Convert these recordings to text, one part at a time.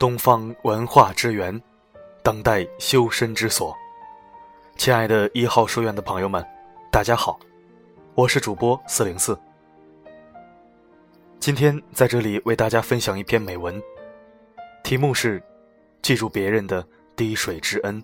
东方文化之源，当代修身之所。亲爱的1号书院的朋友们，大家好，我是主播404。今天在这里为大家分享一篇美文，题目是记住别人的滴水之恩。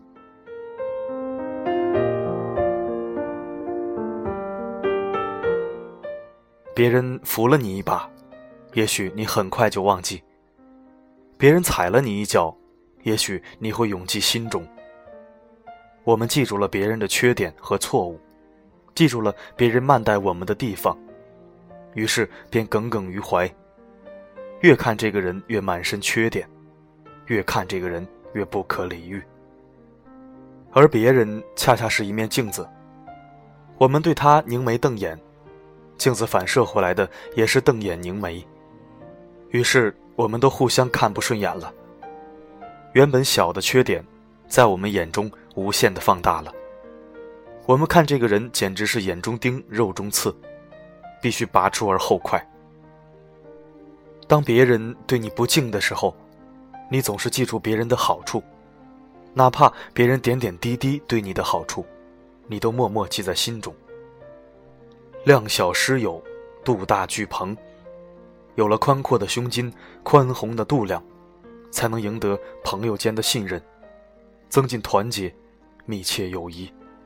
别人扶了你一把，也许你很快就忘记；别人踩了你一脚，也许你会永记心中。我们记住了别人的缺点和错误，记住了别人慢待我们的地方，于是便耿耿于怀。越看这个人越满身缺点，越看这个人越不可理喻。而别人恰恰是一面镜子，我们对他凝眉瞪眼，镜子反射回来的也是瞪眼凝眉，于是我们都互相看不顺眼了。原本小的缺点在我们眼中无限的放大了，我们看这个人简直是眼中钉肉中刺，必须拔出而后快。当别人对你不敬的时候，你总是记住别人的好处，哪怕别人点点滴滴对你的好处，你都默默记在心中。量小施友，度大聚朋，有了宽阔的胸襟，宽宏的度量，才能赢得朋友间的信任，增进团结，密切友谊。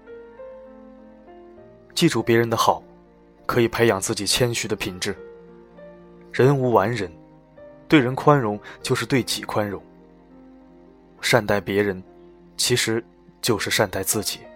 记住别人的好，可以培养自己谦虚的品质。人无完人，对人宽容就是对己宽容。善待别人，其实就是善待自己。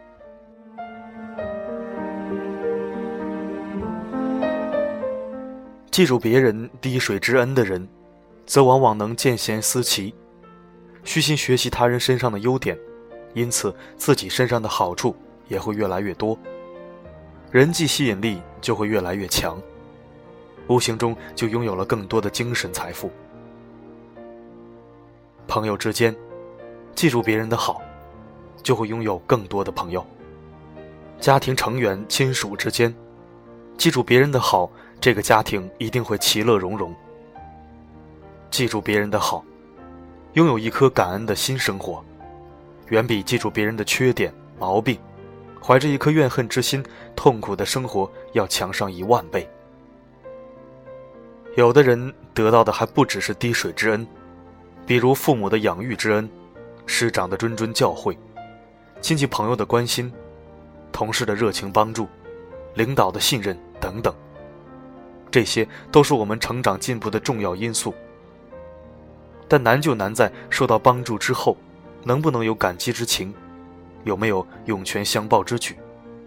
记住别人滴水之恩的人，则往往能见贤思齐，虚心学习他人身上的优点，因此自己身上的好处也会越来越多，人际吸引力就会越来越强，无形中就拥有了更多的精神财富。朋友之间，记住别人的好，就会拥有更多的朋友。家庭成员亲属之间，记住别人的好，这个家庭一定会其乐融融。记住别人的好，拥有一颗感恩的心生活，远比记住别人的缺点毛病，怀着一颗怨恨之心痛苦的生活要强上10000倍。有的人得到的还不只是滴水之恩，比如父母的养育之恩，师长的谆谆教诲，亲戚朋友的关心，同事的热情帮助，领导的信任等等，这些都是我们成长进步的重要因素。但难就难在受到帮助之后，能不能有感激之情，有没有涌泉相报之举。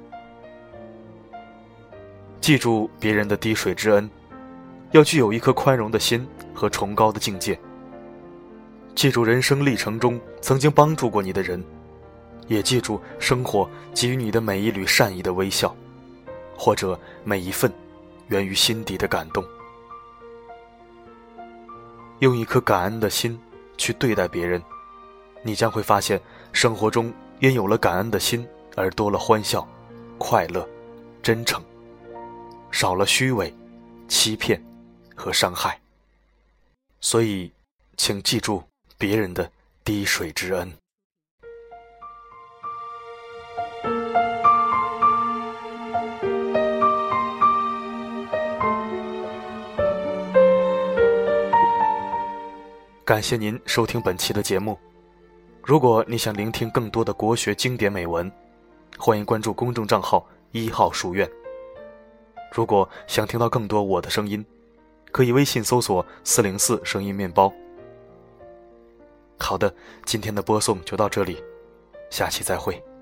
记住别人的滴水之恩，要具有一颗宽容的心和崇高的境界。记住人生历程中曾经帮助过你的人，也记住生活给予你的每一缕善意的微笑，或者每一份源于心底的感动。用一颗感恩的心去对待别人，你将会发现生活中因有了感恩的心而多了欢笑、快乐、真诚，少了虚伪、欺骗和伤害。所以请记住别人的滴水之恩。感谢您收听本期的节目。如果你想聆听更多的国学经典美文，欢迎关注公众账号1号书院。如果想听到更多我的声音，可以微信搜索404声音面包。好的，今天的播送就到这里，下期再会。